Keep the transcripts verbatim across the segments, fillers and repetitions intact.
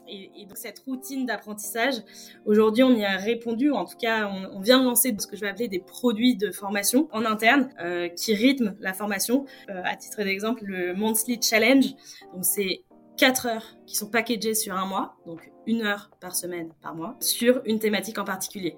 et, et donc cette routine d'apprentissage, aujourd'hui on y a répondu, ou en tout cas on, on vient de lancer ce que je vais appeler des produits de formation en interne euh, qui rythment la formation. Euh, à titre d'exemple, le Monthly Challenge, donc c'est quatre heures qui sont packagées sur un mois, donc une heure par semaine par mois, sur une thématique en particulier.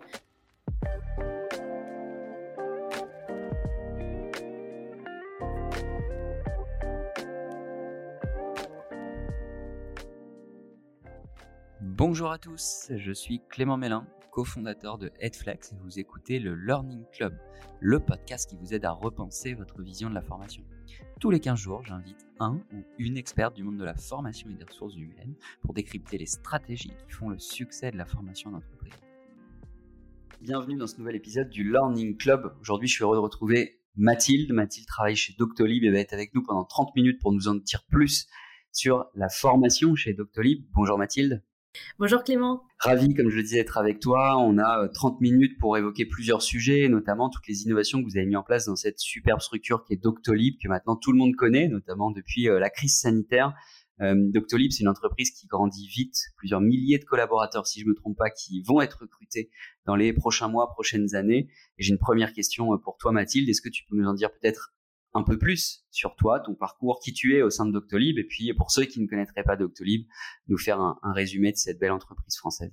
Bonjour à tous, je suis Clément Mélin, cofondateur de Headflex et vous écoutez le Learning Club, le podcast qui vous aide à repenser votre vision de la formation. Tous les quinze jours, j'invite un ou une experte du monde de la formation et des ressources humaines pour décrypter les stratégies qui font le succès de la formation d'entreprise. Bienvenue dans ce nouvel épisode du Learning Club. Aujourd'hui, je suis heureux de retrouver Mathilde. Mathilde travaille chez Doctolib et va être avec nous pendant trente minutes pour nous en dire plus sur la formation chez Doctolib. Bonjour Mathilde. Bonjour Clément. Ravi, comme je le disais, d'être avec toi. On a trente minutes pour évoquer plusieurs sujets, notamment toutes les innovations que vous avez mis en place dans cette superbe structure qui est Doctolib, que maintenant tout le monde connaît, notamment depuis la crise sanitaire. Euh, Doctolib, c'est une entreprise qui grandit vite, plusieurs milliers de collaborateurs, si je me trompe pas, qui vont être recrutés dans les prochains mois, prochaines années. Et j'ai une première question pour toi, Mathilde. Est-ce que tu peux nous en dire peut-être un peu plus sur toi, ton parcours, qui tu es au sein de Doctolib, et puis pour ceux qui ne connaîtraient pas Doctolib, nous faire un, un résumé de cette belle entreprise française.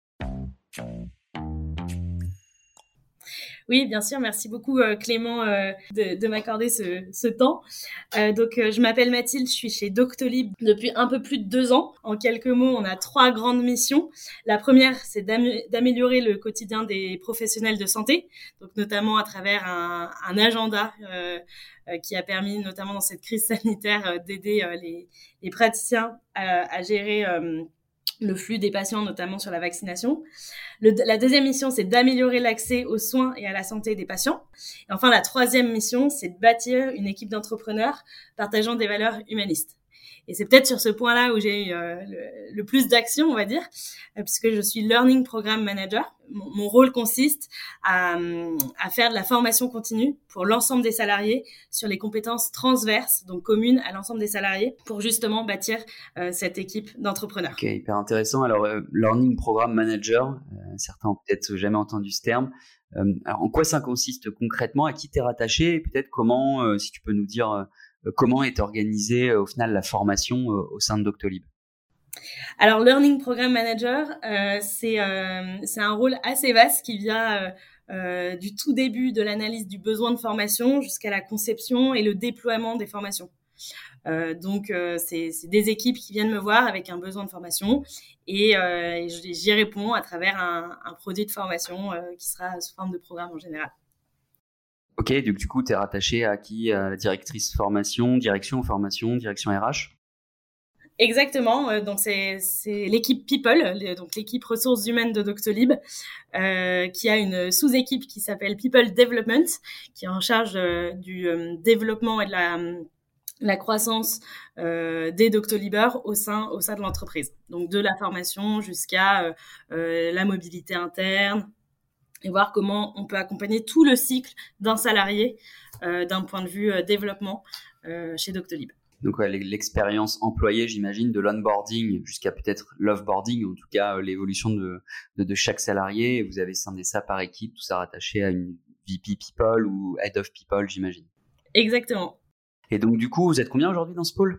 Oui, bien sûr. Merci beaucoup euh, Clément euh, de, de m'accorder ce, ce temps. Euh, donc, euh, je m'appelle Mathilde, je suis chez Doctolib depuis un peu plus de deux ans. En quelques mots, on a trois grandes missions. La première, c'est d'am- d'améliorer le quotidien des professionnels de santé, donc notamment à travers un, un agenda euh, euh, qui a permis, notamment dans cette crise sanitaire, euh, d'aider euh, les, les praticiens à, à gérer euh, le flux des patients, notamment sur la vaccination. Le, la deuxième mission, c'est d'améliorer l'accès aux soins et à la santé des patients. Et enfin, la troisième mission, c'est de bâtir une équipe d'entrepreneurs partageant des valeurs humanistes. Et c'est peut-être sur ce point-là où j'ai eu euh, le, le plus d'action, on va dire, euh, puisque je suis Learning Program Manager. Mon, mon rôle consiste à, à faire de la formation continue pour l'ensemble des salariés sur les compétences transverses, donc communes à l'ensemble des salariés, pour justement bâtir euh, cette équipe d'entrepreneurs. Ok, hyper intéressant. Alors, euh, Learning Program Manager, euh, certains ont peut-être jamais entendu ce terme. Euh, alors, en quoi ça consiste concrètement? À qui t'es rattaché? Et peut-être comment, euh, si tu peux nous dire euh, comment est organisée euh, au final la formation euh, au sein de Doctolib? Alors, Learning Program Manager, euh, c'est, euh, c'est un rôle assez vaste qui vient euh, euh, du tout début de l'analyse du besoin de formation jusqu'à la conception et le déploiement des formations. Euh, donc, euh, c'est, c'est des équipes qui viennent me voir avec un besoin de formation et, euh, et j'y réponds à travers un, un produit de formation euh, qui sera sous forme de programme en général. Ok, donc du coup, tu es rattaché à qui? À la directrice formation, direction formation, direction R H? Exactement, donc c'est, c'est l'équipe People, donc l'équipe ressources humaines de Doctolib, euh, qui a une sous-équipe qui s'appelle People Development, qui est en charge euh, du euh, développement et de la, la croissance euh, des Doctolibers au sein, au sein de l'entreprise. Donc de la formation jusqu'à euh, euh, la mobilité interne et voir comment on peut accompagner tout le cycle d'un salarié euh, d'un point de vue euh, développement euh, chez Doctolib. Donc ouais, l'expérience employée, j'imagine, de l'onboarding jusqu'à peut-être l'offboarding, en tout cas euh, l'évolution de, de, de chaque salarié. Et vous avez scindé ça par équipe, tout ça rattaché à une V P People ou Head of People, j'imagine. Exactement. Et donc du coup, vous êtes combien aujourd'hui dans ce pôle?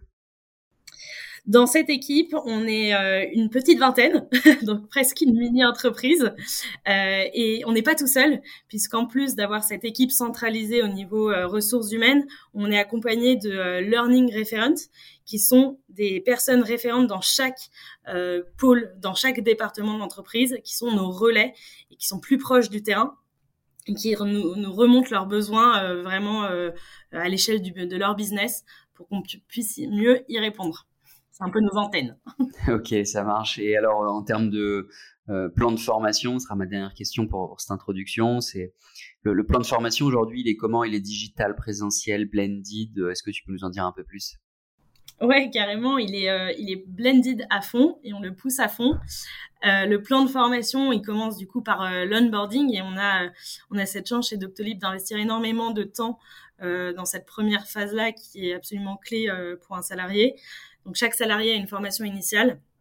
Dans cette équipe, on est euh, une petite vingtaine, donc presque une mini-entreprise. Euh, et on n'est pas tout seul, puisqu'en plus d'avoir cette équipe centralisée au niveau euh, ressources humaines, on est accompagné de euh, Learning Referents, qui sont des personnes référentes dans chaque euh, pôle, dans chaque département de l'entreprise, qui sont nos relais et qui sont plus proches du terrain, et qui nous, nous remontent leurs besoins euh, vraiment euh, à l'échelle du, de leur business pour qu'on puisse mieux y répondre. C'est un peu nos antennes. Ok, ça marche. Et alors, en termes de euh, plan de formation, ce sera ma dernière question pour, pour cette introduction. C'est le, le plan de formation aujourd'hui, il est comment? Il est digital, présentiel, blended? Est-ce que tu peux nous en dire un peu plus? Ouais, carrément. Il est, euh, il est blended à fond et on le pousse à fond. Euh, le plan de formation, il commence du coup par euh, l'onboarding et on a, on a cette chance chez Doctolib d'investir énormément de temps euh, dans cette première phase-là qui est absolument clé euh, pour un salarié. Donc, chaque salarié a une formation initiale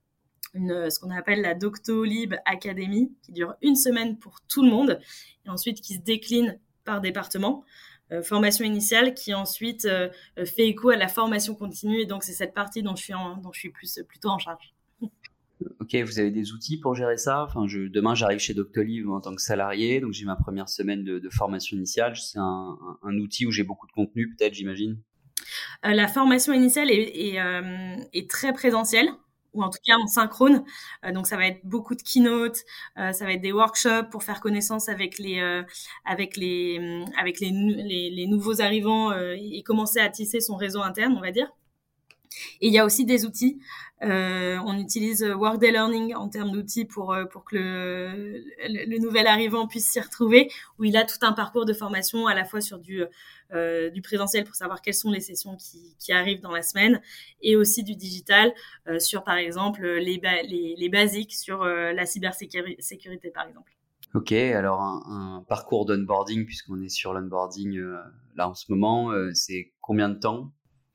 une, ce qu'on appelle la Doctolib Academy, qui dure une semaine pour tout le monde, et ensuite qui se décline par département. Euh, formation initiale qui ensuite euh, fait écho à la formation continue, et donc c'est cette partie dont je suis, en, dont je suis plus, plutôt en charge. Ok, vous avez des outils pour gérer ça? Enfin, je, demain, j'arrive chez Doctolib en tant que salarié, donc j'ai ma première semaine de, de formation initiale. C'est un, un, un outil où j'ai beaucoup de contenu, peut-être, j'imagine. Euh, la formation initiale est, est, euh, est très présentielle, ou en tout cas en synchrone. Euh, donc ça va être beaucoup de keynotes, euh, ça va être des workshops pour faire connaissance avec les euh, avec les avec les, les, les nouveaux arrivants euh, et commencer à tisser son réseau interne, on va dire. Et il y a aussi des outils. Euh, on utilise Workday Learning en termes d'outils pour pour que le, le, le nouvel arrivant puisse s'y retrouver, où il a tout un parcours de formation à la fois sur du euh, du présentiel pour savoir quelles sont les sessions qui, qui arrivent dans la semaine, et aussi du digital euh, sur par exemple les ba- les, les basiques sur euh, la cybersécurité par exemple. Ok, alors un, un parcours d'onboarding, puisqu'on est sur l'onboarding euh, là en ce moment, euh, c'est combien de temps?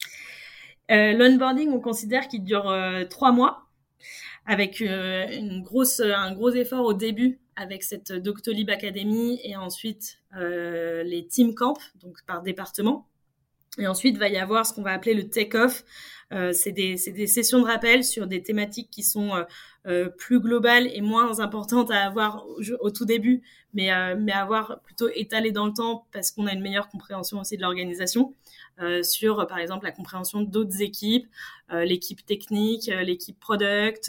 Euh, l'onboarding, on considère qu'il dure euh, trois mois, avec euh, une grosse, un gros effort au début avec cette Doctolib Academy, et ensuite euh, les team camp, donc par département. Et ensuite, va y avoir ce qu'on va appeler le take-off. Euh, c'est des, c'est des sessions de rappel sur des thématiques qui sont euh, euh, plus globales et moins importantes à avoir au, au tout début, mais, euh, mais à avoir plutôt étalé dans le temps, parce qu'on a une meilleure compréhension aussi de l'organisation, euh, sur, par exemple, la compréhension d'autres équipes, euh, l'équipe technique, euh, l'équipe product,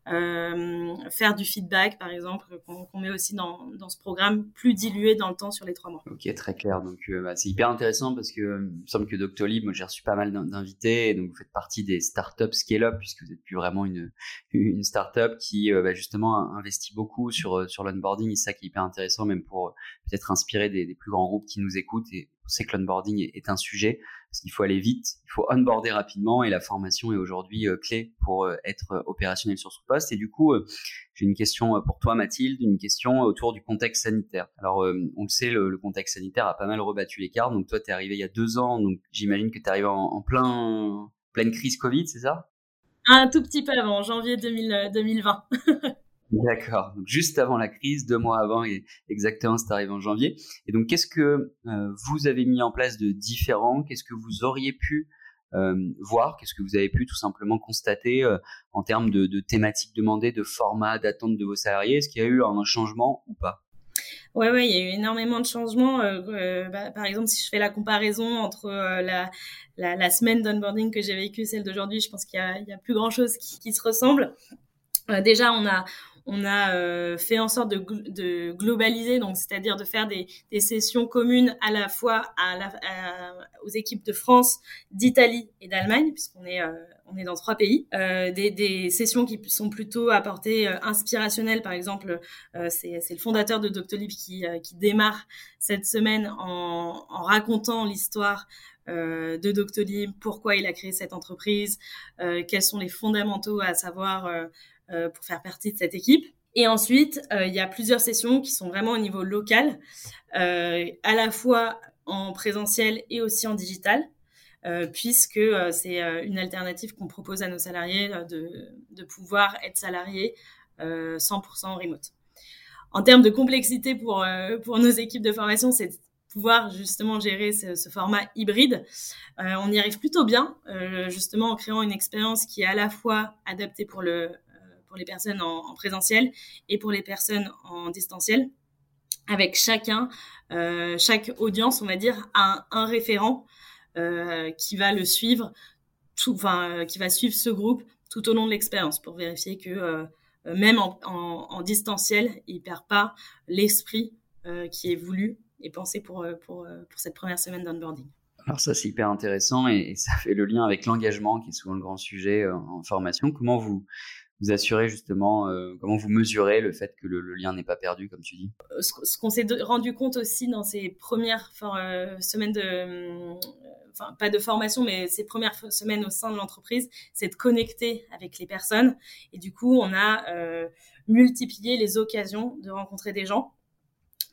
euh, faire du feedback, par exemple, qu'on, qu'on met aussi dans, dans ce programme, plus dilué dans le temps sur les trois mois. Ok, très clair. Donc, euh, bah, c'est hyper intéressant parce que euh, il me semble que Doctolib, moi, j'ai reçu pas mal d'invités, et donc vous faites partie des startups scale-up, puisque vous êtes plus vraiment une une startup qui euh, bah, justement investit beaucoup sur sur l'onboarding, et ça qui est hyper intéressant, même pour euh, peut-être inspirer des, des plus grands groupes qui nous écoutent. Et on sait que l'onboarding est, est un sujet parce qu'il faut aller vite, il faut onboarder rapidement, et la formation est aujourd'hui euh, clé pour euh, être euh, opérationnel sur son poste. Et du coup, euh, j'ai une question pour toi, Mathilde, une question autour du contexte sanitaire. Alors, euh, on le sait, le, le contexte sanitaire a pas mal rebattu les cartes. Donc, toi, tu es arrivé il y a deux ans, donc j'imagine que tu es arrivé en, en plein, pleine crise Covid, c'est ça? Un tout petit peu avant, janvier deux mille, deux mille vingt. D'accord. Donc, juste avant la crise, deux mois avant, et exactement, c'est arrivé en janvier. Et donc, qu'est-ce que euh, vous avez mis en place de différent? Qu'est-ce que vous auriez pu euh, voir? Qu'est-ce que vous avez pu tout simplement constater euh, en termes de, de thématiques demandées, de format, d'attente de vos salariés? Est-ce qu'il y a eu un changement ou pas? Ouais, ouais, il y a eu énormément de changements. Euh, euh, bah, par exemple, si je fais la comparaison entre euh, la, la, la semaine d'onboarding que j'ai vécue et celle d'aujourd'hui, je pense qu'il y a, il y a plus grand-chose qui, qui se ressemble. Euh, déjà, on a on a euh, fait en sorte de, de globaliser, donc c'est-à-dire de faire des, des sessions communes à la fois à la, à, aux équipes de France, d'Italie et d'Allemagne, puisqu'on est euh, on est dans trois pays. Euh, des, des sessions qui sont plutôt à portée euh, inspirationnelle, par exemple, euh, c'est, c'est le fondateur de Doctolib qui, euh, qui démarre cette semaine en, en racontant l'histoire euh, de Doctolib, pourquoi il a créé cette entreprise, euh, quels sont les fondamentaux à savoir euh, euh, pour faire partie de cette équipe. Et ensuite, euh, il y a plusieurs sessions qui sont vraiment au niveau local, euh, à la fois en présentiel et aussi en digital, euh, puisque euh, c'est euh, une alternative qu'on propose à nos salariés euh, de, de pouvoir être salariés euh, cent pour cent en remote. En termes de complexité pour, euh, pour nos équipes de formation, c'est de pouvoir justement gérer ce, ce format hybride. Euh, on y arrive plutôt bien, euh, justement en créant une expérience qui est à la fois adaptée pour le pour les personnes en, en présentiel et pour les personnes en distanciel, avec chacun, euh, chaque audience, on va dire, a un, un référent euh, qui va le suivre, tout, enfin, euh, qui va suivre ce groupe tout au long de l'expérience pour vérifier que euh, même en, en, en distanciel, il perd pas l'esprit euh, qui est voulu et pensé pour, pour, pour cette première semaine d'onboarding. Alors ça, c'est hyper intéressant, et, et ça fait le lien avec l'engagement, qui est souvent le grand sujet euh, en formation. Comment vous vous assurez justement, euh, comment vous mesurez le fait que le, le lien n'est pas perdu, comme tu dis? Ce, ce qu'on s'est de, rendu compte aussi dans ces premières for, euh, semaines de, euh, enfin pas de formation, mais ces premières semaines au sein de l'entreprise, c'est de connecter avec les personnes. Et du coup, on a euh, multiplié les occasions de rencontrer des gens.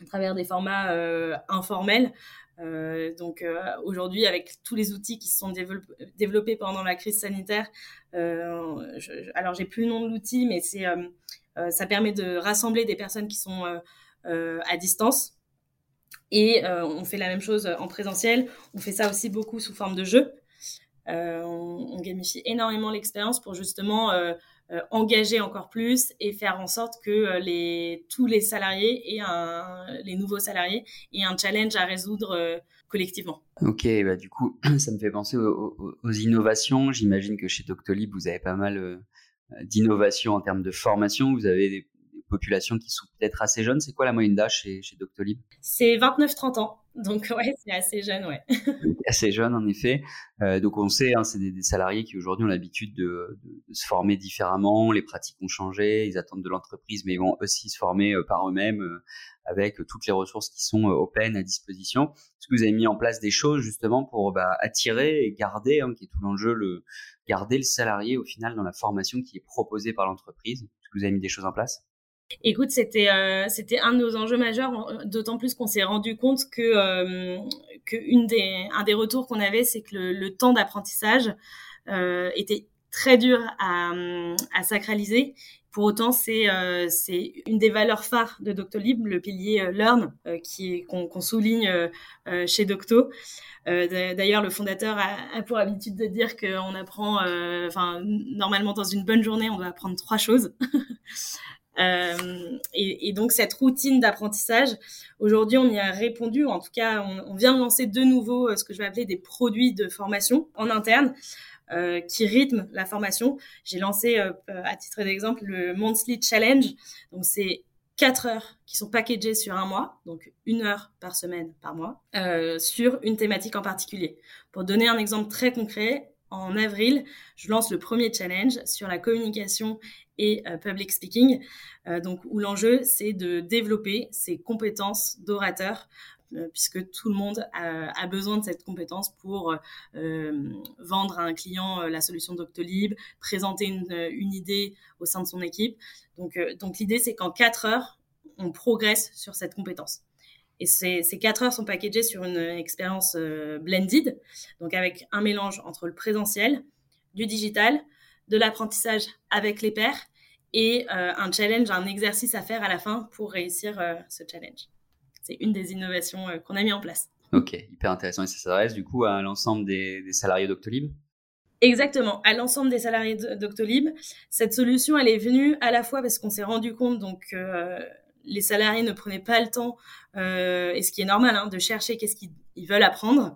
à travers des formats euh, informels. Euh, donc euh, aujourd'hui, avec tous les outils qui se sont développés, développés pendant la crise sanitaire, euh, je, alors j'ai plus le nom de l'outil, mais c'est euh, euh, ça permet de rassembler des personnes qui sont euh, euh, à distance. Et euh, on fait la même chose en présentiel. On fait ça aussi beaucoup sous forme de jeu. Euh, on, on gamifie énormément l'expérience pour justement euh, euh, engager encore plus et faire en sorte que euh, les, tous les salariés et un, les nouveaux salariés aient un challenge à résoudre euh, collectivement. Ok, bah du coup, ça me fait penser aux, aux, aux innovations. J'imagine que chez Doctolib, vous avez pas mal euh, d'innovations en termes de formation. Vous avez des, des populations qui sont peut-être assez jeunes. C'est quoi la moyenne d'âge chez, chez Doctolib ? C'est vingt-neuf trente ans. Donc ouais, c'est assez jeune, ouais. Assez jeune en effet. Euh, donc on sait, hein, c'est des, des salariés qui aujourd'hui ont l'habitude de, de, de se former différemment. Les pratiques ont changé, ils attendent de l'entreprise, mais ils vont aussi se former euh, par eux-mêmes euh, avec toutes les ressources qui sont euh, open à disposition. Est-ce que vous avez mis en place des choses justement pour bah, attirer et garder, hein, qui est tout l'enjeu, le garder le salarié au final dans la formation qui est proposée par l'entreprise ? Est-ce que vous avez mis des choses en place ? Écoute, c'était euh, c'était un de nos enjeux majeurs, d'autant plus qu'on s'est rendu compte que euh, que une des un des retours qu'on avait, c'est que le, le temps d'apprentissage euh, était très dur à à sacraliser. Pour autant, c'est euh, c'est une des valeurs phares de Doctolib, le pilier euh, Learn, euh, qui est qu'on, qu'on souligne euh, chez Docto. Euh, d'ailleurs, le fondateur a, a pour habitude de dire qu'on apprend, enfin euh, normalement dans une bonne journée, on doit apprendre trois choses. Euh, et, et donc cette routine d'apprentissage, aujourd'hui on y a répondu, en tout cas on, on vient de lancer de nouveau euh, ce que je vais appeler des produits de formation en interne euh, qui rythment la formation. J'ai lancé euh, à titre d'exemple le Monthly Challenge, donc c'est quatre heures qui sont packagées sur un mois, donc une heure par semaine par mois, euh, sur une thématique en particulier. Pour donner un exemple très concret, en avril, je lance le premier challenge sur la communication et euh, public speaking, euh, donc où l'enjeu c'est de développer ses compétences d'orateur, euh, puisque tout le monde a, a besoin de cette compétence pour euh, vendre à un client euh, la solution Doctolib, présenter une, une idée au sein de son équipe. Donc, euh, donc l'idée c'est qu'en quatre heures, on progresse sur cette compétence. Et ces, ces quatre heures sont packagées sur une expérience euh, blended, donc avec un mélange entre le présentiel, du digital, de l'apprentissage avec les pairs et euh, un challenge, un exercice à faire à la fin pour réussir euh, ce challenge. C'est une des innovations euh, qu'on a mis en place. Ok, hyper intéressant. Et ça s'adresse du coup à l'ensemble des, des salariés Doctolib ? Exactement, à l'ensemble des salariés de Doctolib. Cette solution, elle est venue à la fois parce qu'on s'est rendu compte donc euh, les salariés ne prenaient pas le temps, euh, et ce qui est normal, hein, de chercher qu'est-ce qu'ils ils veulent apprendre.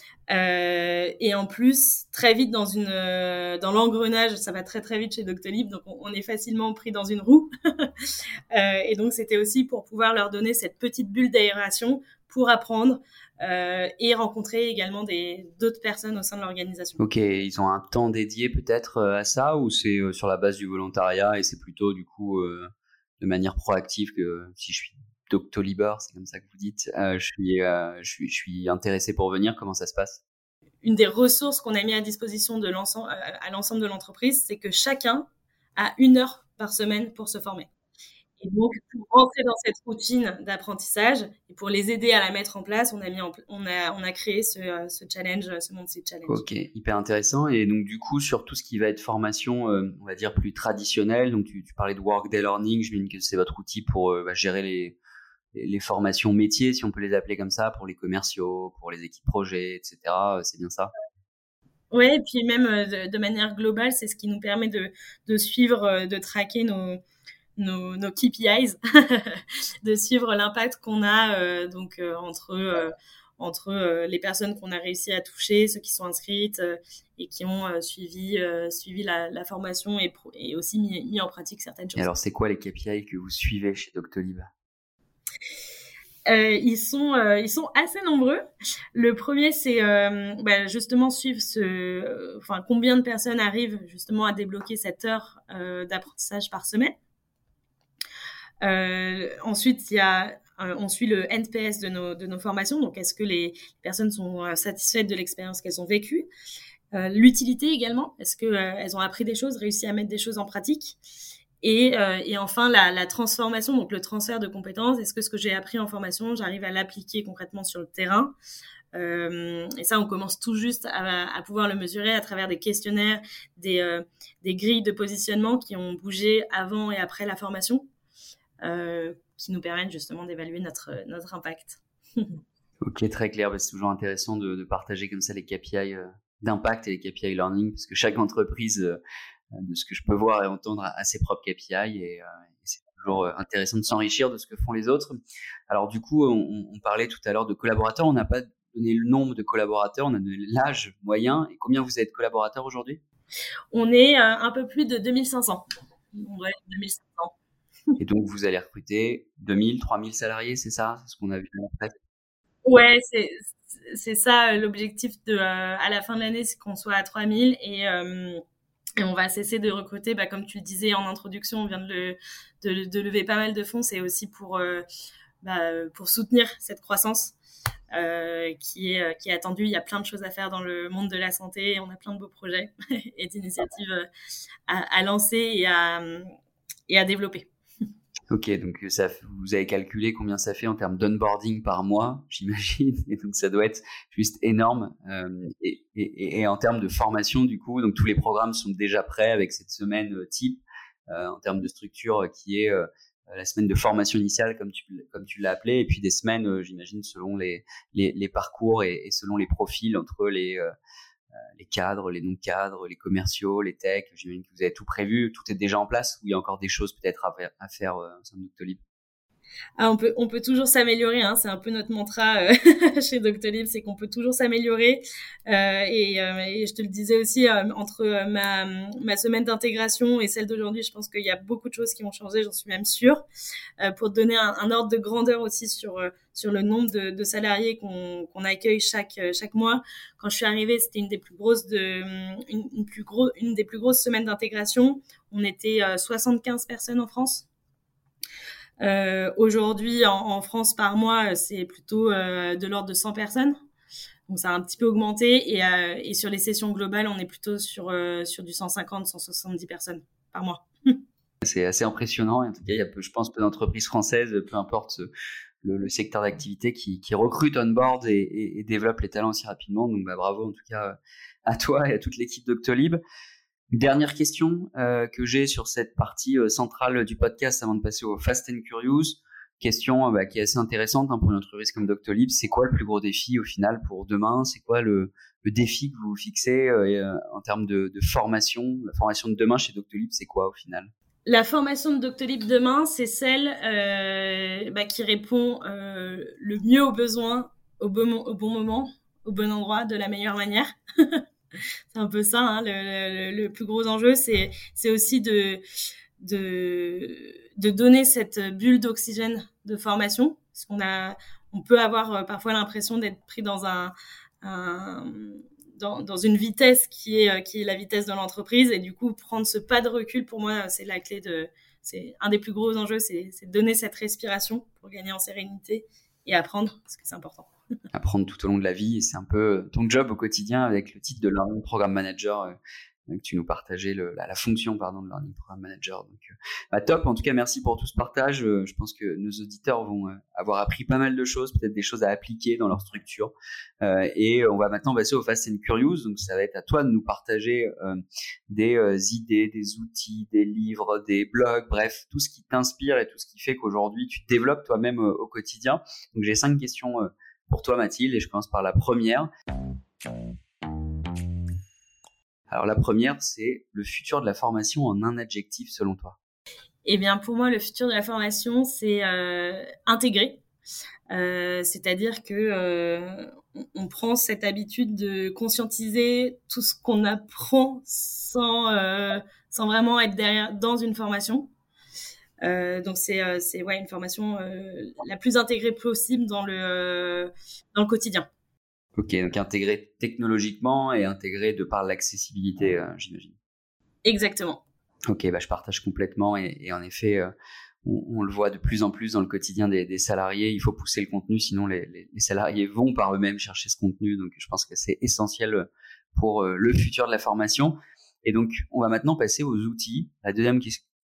Euh, et en plus, très vite dans une euh, dans l'engrenage, ça va très très vite chez Doctolib, donc on, on est facilement pris dans une roue. euh, et donc c'était aussi pour pouvoir leur donner cette petite bulle d'aération pour apprendre euh, et rencontrer également des d'autres personnes au sein de l'organisation. Ok, ils ont un temps dédié peut-être à ça, ou c'est sur la base du volontariat et c'est plutôt du coup euh, de manière proactive que si je suis Doctolibeur, c'est comme ça que vous dites, euh, je suis euh, je suis je suis intéressé pour venir. Comment ça se passe ? Une des ressources qu'on a mis à disposition de l'ensemble à l'ensemble de l'entreprise, c'est que chacun a une heure par semaine pour se former. Et donc, pour rentrer dans cette routine d'apprentissage et pour les aider à la mettre en place, on a mis en, on a, on a créé ce, ce challenge, ce Monthly Challenge. Ok, hyper intéressant. Et donc, du coup, sur tout ce qui va être formation, euh, on va dire plus traditionnelle, donc tu, tu parlais de Workday Learning, je me dis que c'est votre outil pour euh, bah, gérer les, les, les formations métiers, si on peut les appeler comme ça, pour les commerciaux, pour les équipes projets, et cetera. C'est bien ça ? Oui, et puis même de, de manière globale, c'est ce qui nous permet de, de suivre, de traquer nos Nos, nos K P Is, de suivre l'impact qu'on a euh, donc euh, entre euh, entre euh, les personnes qu'on a réussi à toucher, ceux qui sont inscrites euh, et qui ont euh, suivi euh, suivi la, la formation et, pro- et aussi mis, mis en pratique certaines choses. Et alors, c'est quoi les K P I que vous suivez chez Doctolib ? Euh, ils sont euh, ils sont assez nombreux. Le premier, c'est euh, bah, justement suivre ce, euh, enfin combien de personnes arrivent justement à débloquer cette heure euh, d'apprentissage par semaine. Euh, ensuite, il y a, euh, on suit le N P S de nos, de nos formations. Donc, est-ce que les personnes sont euh, satisfaites de l'expérience qu'elles ont vécue ? Euh, l'utilité également. Est-ce que euh, elles ont appris des choses, réussi à mettre des choses en pratique ? Et, euh, et enfin, la, la transformation, donc le transfert de compétences. Est-ce que ce que j'ai appris en formation, j'arrive à l'appliquer concrètement sur le terrain? Euh, et ça, on commence tout juste à, à pouvoir le mesurer à travers des questionnaires, des, euh, des grilles de positionnement qui ont bougé avant et après la formation, euh, qui nous permettent justement d'évaluer notre, notre impact. Ok, très clair. Bah, c'est toujours intéressant de, de partager comme ça les K P I euh, d'impact et les K P I learning, parce que chaque entreprise, euh, de ce que je peux voir et entendre, a, a ses propres K P I, et, euh, et c'est toujours euh, intéressant de s'enrichir de ce que font les autres. Alors du coup, on, on parlait tout à l'heure de collaborateurs. On n'a pas donné le nombre de collaborateurs, on a donné l'âge moyen. Et combien vous êtes collaborateurs aujourd'hui? On est euh, un peu plus de deux mille cinq cents. On doit être deux mille cinq cents. Et donc, vous allez recruter deux mille, trois mille salariés, c'est ça? C'est ce qu'on a vu en fait. Ouais, c'est c'est ça l'objectif de euh, à la fin de l'année, c'est qu'on soit à trois mille et euh, et on va cesser de recruter. Bah, comme tu le disais en introduction, on vient de le de, de lever pas mal de fonds. C'est aussi pour euh, bah, pour soutenir cette croissance euh, qui est qui est attendue. Il y a plein de choses à faire dans le monde de la santé. Et on a plein de beaux projets et d'initiatives à, à lancer et à et à développer. Ok, donc ça, vous avez calculé combien ça fait en termes d'onboarding par mois, j'imagine, et donc ça doit être juste énorme. Euh, et, et, et en termes de formation, du coup, donc tous les programmes sont déjà prêts avec cette semaine type, euh, en termes de structure qui est euh, la semaine de formation initiale, comme tu, comme tu l'as appelé, et puis des semaines, euh, j'imagine, selon les, les, les parcours et, et selon les profils entre les... Euh, les cadres, les non-cadres, les commerciaux, les techs. J'imagine que vous avez tout prévu, tout est déjà en place, ou il y a encore des choses peut-être à faire, à faire euh, au sein de Doctolib? Ah, on peut, on peut toujours s'améliorer, hein, c'est un peu notre mantra euh, chez Doctolib, c'est qu'on peut toujours s'améliorer. Euh, et, euh, et je te le disais aussi, euh, entre ma, ma semaine d'intégration et celle d'aujourd'hui, je pense qu'il y a beaucoup de choses qui vont changer, j'en suis même sûre. Euh, pour te donner un, un ordre de grandeur aussi sur, euh, sur le nombre de, de salariés qu'on, qu'on accueille chaque, chaque mois. Quand je suis arrivée, c'était une des plus grosses, de, une, une, plus gros, une des plus grosses semaines d'intégration. On était euh, soixante-quinze personnes en France. Euh, aujourd'hui, en, en France, par mois, c'est plutôt euh, de l'ordre de cent personnes. Donc, ça a un petit peu augmenté. Et, euh, et sur les sessions globales, on est plutôt sur, euh, sur du cent cinquante, cent soixante-dix personnes par mois. C'est assez impressionnant. En tout cas, il y a, peu, je pense, peu d'entreprises françaises, peu importe le, le secteur d'activité, qui, qui recrutent on board et, et, et développent les talents aussi rapidement. Donc, bah, bravo en tout cas à toi et à toute l'équipe Doctolib. Dernière question euh, que j'ai sur cette partie euh, centrale du podcast avant de passer au Fast and Curious. Question euh, bah, qui est assez intéressante hein, pour une entreprise comme Doctolib. C'est quoi le plus gros défi au final pour demain? C'est quoi le, le défi que vous vous fixez euh, en termes de, de formation? La formation de demain chez Doctolib, c'est quoi au final? La formation de Doctolib demain, c'est celle euh, bah, qui répond euh, le mieux aux besoins, au bon, au bon moment, au bon endroit, de la meilleure manière. C'est un peu ça, hein, le, le, le plus gros enjeu, c'est, c'est aussi de, de, de donner cette bulle d'oxygène de formation, parce qu'on a, on peut avoir parfois l'impression d'être pris dans un, un dans, dans une vitesse qui est, qui est la vitesse de l'entreprise, et du coup, prendre ce pas de recul, pour moi, c'est la clé de, c'est un des plus gros enjeux, c'est, c'est donner cette respiration pour gagner en sérénité et apprendre, parce que c'est important. Apprendre tout au long de la vie, et c'est un peu ton job au quotidien avec le titre de Learning Program Manager euh, que tu nous partageais, le, la, la fonction pardon de Learning Program Manager. Donc, euh, bah, top. En tout cas, merci pour tout ce partage. Euh, je pense que nos auditeurs vont euh, avoir appris pas mal de choses, peut-être des choses à appliquer dans leur structure. Euh, et on va maintenant passer au Fast and Curious. Donc, ça va être à toi de nous partager euh, des euh, idées, des outils, des livres, des blogs, bref, tout ce qui t'inspire et tout ce qui fait qu'aujourd'hui tu te développes toi-même euh, au quotidien. Donc, j'ai cinq questions euh, pour toi, Mathilde, et je commence par la première. Alors, la première, c'est le futur de la formation en un adjectif, selon toi. Eh bien, pour moi, le futur de la formation, c'est euh, intégrer. Euh, c'est-à-dire que euh, on, on prend cette habitude de conscientiser tout ce qu'on apprend sans, euh, sans vraiment être derrière dans une formation. Euh, donc c'est euh, c'est ouais une formation euh, la plus intégrée possible dans le euh, dans le quotidien. Ok, donc intégrée technologiquement et intégrée de par l'accessibilité, euh, j'imagine. Exactement. Ok, bah je partage complètement et, et en effet, euh, on, on le voit de plus en plus dans le quotidien des, des salariés. Il faut pousser le contenu, sinon les, les, les salariés vont par eux-mêmes chercher ce contenu. Donc je pense que c'est essentiel pour euh, le futur de la formation. Et donc on va maintenant passer aux outils. La deuxième question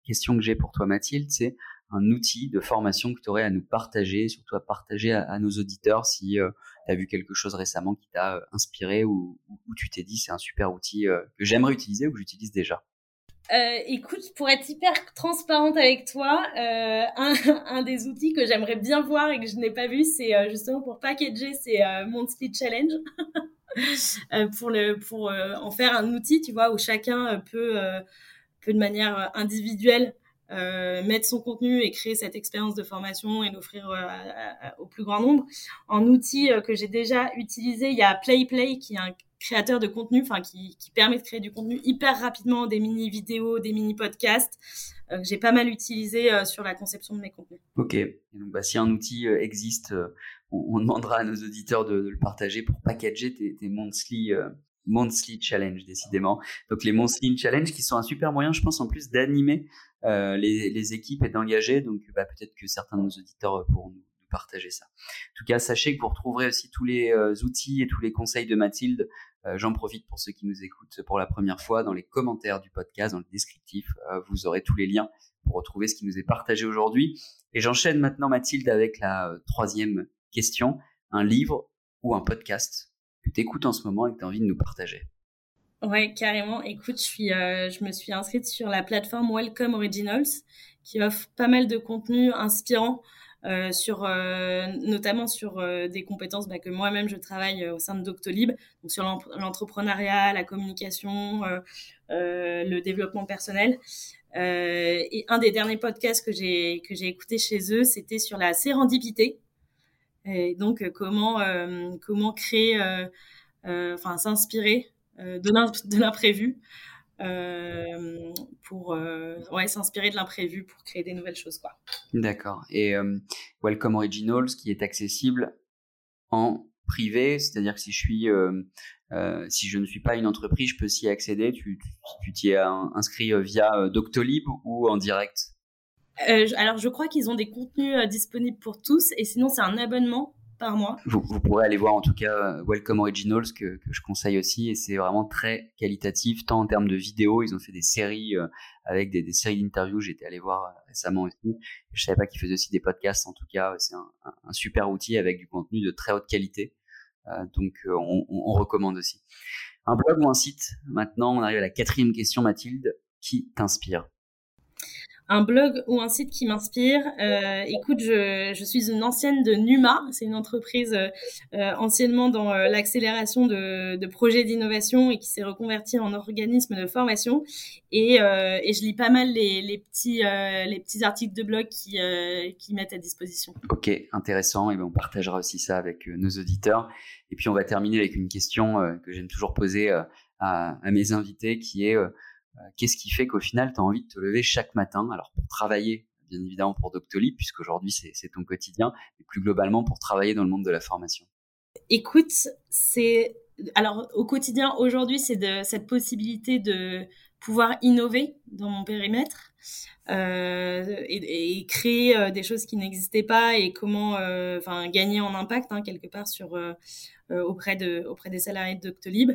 question que j'ai pour toi, Mathilde, c'est un outil de formation que tu aurais à nous partager, surtout à partager à, à nos auditeurs si euh, tu as vu quelque chose récemment qui t'a euh, inspiré ou, ou, ou tu t'es dit c'est un super outil euh, que j'aimerais utiliser ou que j'utilise déjà. Euh, écoute, pour être hyper transparente avec toi, euh, un, un des outils que j'aimerais bien voir et que je n'ai pas vu, c'est euh, justement pour packager, c'est euh, Monthly Challenge. euh, pour le, pour euh, en faire un outil, tu vois, où chacun peut, euh, peut de manière individuelle Euh, mettre son contenu et créer cette expérience de formation et l'offrir euh, à, à, au plus grand nombre. En outil euh, que j'ai déjà utilisé, il y a PlayPlay qui est un créateur de contenu, enfin qui, qui permet de créer du contenu hyper rapidement, des mini vidéos, des mini podcasts euh, que j'ai pas mal utilisé euh, sur la conception de mes contenus. Ok. Et donc bah, si un outil euh, existe, euh, on, on demandera à nos auditeurs de, de le partager pour packager tes, tes monthly euh, monthly challenge, décidément. Donc les monthly challenge qui sont un super moyen, je pense, en plus d'animer euh, les, les équipes et d'engager. Donc bah, peut-être que certains de nos auditeurs pourront nous, nous partager ça. En tout cas, sachez que vous retrouverez aussi tous les euh, outils et tous les conseils de Mathilde. Euh, j'en profite pour ceux qui nous écoutent pour la première fois. Dans les commentaires du podcast, dans le descriptif, euh, vous aurez tous les liens pour retrouver ce qui nous est partagé aujourd'hui. Et j'enchaîne maintenant, Mathilde, avec la euh, troisième question. Un livre ou un podcast que tu écoutes en ce moment et que tu as envie de nous partager. Ouais, carrément. Écoute, je suis, euh, je me suis inscrite sur la plateforme Welcome Originals, qui offre pas mal de contenus inspirants, euh, sur, euh, notamment sur euh, des compétences bah, que moi-même je travaille euh, au sein de Doctolib, donc sur l'entrepreneuriat, la communication, euh, euh, le développement personnel. Euh, et un des derniers podcasts que j'ai que j'ai écouté chez eux, c'était sur la sérendipité. Et donc euh, comment euh, comment créer, euh, euh, enfin s'inspirer euh, de l'imprévu euh, pour euh, ouais s'inspirer de l'imprévu pour créer des nouvelles choses quoi. D'accord. Et euh, Welcome Originals qui est accessible en privé, c'est-à-dire que si je suis euh, euh, si je ne suis pas une entreprise, je peux s'y accéder. Tu tu t'y es inscrit via Doctolib ou en direct? Euh, alors je crois qu'ils ont des contenus euh, disponibles pour tous et sinon c'est un abonnement par mois. Vous, vous pourrez aller voir en tout cas Welcome Originals que, que je conseille aussi et c'est vraiment très qualitatif tant en termes de vidéos, ils ont fait des séries euh, avec des, des séries d'interviews, j'étais allé voir récemment aussi, je savais pas qu'ils faisaient aussi des podcasts, en tout cas c'est un, un, un super outil avec du contenu de très haute qualité, euh, donc euh, on, on, on recommande aussi. Un blog ou un site? Maintenant on arrive à la quatrième question, Mathilde, qui t'inspire? Un blog ou un site qui m'inspire. Euh, écoute, je, je suis une ancienne de Numa. C'est une entreprise euh, anciennement dans euh, l'accélération de, de projets d'innovation et qui s'est reconvertie en organisme de formation. Et, euh, et je lis pas mal les, les, petits, euh, les petits articles de blog qui, euh, qui mettent à disposition. Ok, intéressant. Et ben on partagera aussi ça avec euh, nos auditeurs. Et puis on va terminer avec une question euh, que j'aime toujours poser euh, à, à mes invités, qui est euh, qu'est-ce qui fait qu'au final, tu as envie de te lever chaque matin? Alors, pour travailler, bien évidemment, pour Doctolib, puisqu'aujourd'hui, c'est, c'est ton quotidien, mais plus globalement, pour travailler dans le monde de la formation. Écoute, c'est... Alors, au quotidien, aujourd'hui, c'est de cette possibilité de pouvoir innover dans mon périmètre euh, et, et créer euh, des choses qui n'existaient pas et comment euh, enfin, gagner en impact, hein, quelque part, sur, euh, auprès, de, auprès des salariés de Doctolib.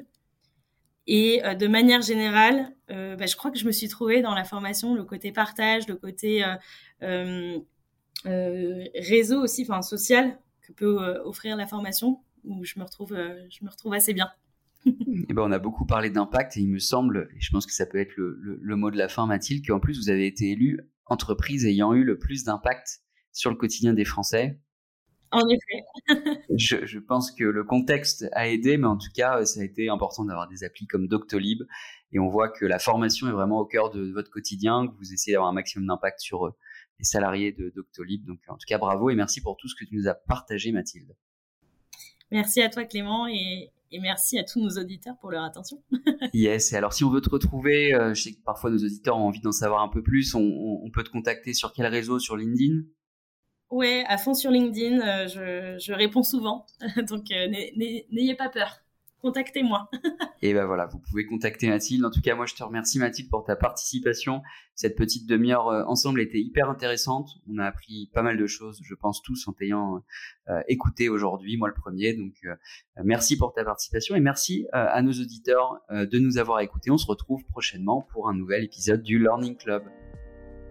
Et euh, de manière générale, euh, bah, je crois que je me suis trouvée dans la formation, le côté partage, le côté euh, euh, euh, réseau aussi, enfin social, que peut euh, offrir la formation, où je me retrouve, euh, je me retrouve assez bien. Et ben, on a beaucoup parlé d'impact et il me semble, et je pense que ça peut être le, le, le mot de la fin, Mathilde, qu'en plus vous avez été élue entreprise ayant eu le plus d'impact sur le quotidien des Français. En effet. je, je pense que le contexte a aidé, mais en tout cas, ça a été important d'avoir des applis comme Doctolib. Et on voit que la formation est vraiment au cœur de votre quotidien, que vous essayez d'avoir un maximum d'impact sur les salariés de Doctolib. Donc, en tout cas, bravo et merci pour tout ce que tu nous as partagé, Mathilde. Merci à toi, Clément, et, et merci à tous nos auditeurs pour leur attention. Yes, et alors si on veut te retrouver, euh, je sais que parfois nos auditeurs ont envie d'en savoir un peu plus, on, on, on peut te contacter sur quel réseau? Sur LinkedIn? Ouais, à fond sur LinkedIn, euh, je, je réponds souvent, donc euh, n'ayez pas peur, contactez-moi. Et ben voilà, vous pouvez contacter Mathilde. En tout cas, moi je te remercie Mathilde pour ta participation. Cette petite demi-heure euh, ensemble était hyper intéressante. On a appris pas mal de choses, je pense tous en t'ayant euh, écouté aujourd'hui, moi le premier. Donc euh, merci pour ta participation et merci euh, à nos auditeurs euh, de nous avoir écoutés. On se retrouve prochainement pour un nouvel épisode du Learning Club.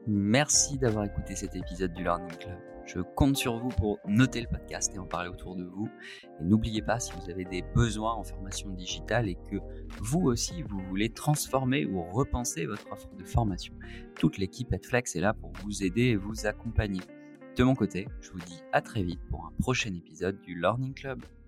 Merci d'avoir écouté cet épisode du Learning Club. Je compte sur vous pour noter le podcast et en parler autour de vous. Et n'oubliez pas, si vous avez des besoins en formation digitale et que vous aussi, vous voulez transformer ou repenser votre offre de formation, toute l'équipe Edflex est là pour vous aider et vous accompagner. De mon côté, je vous dis à très vite pour un prochain épisode du Learning Club.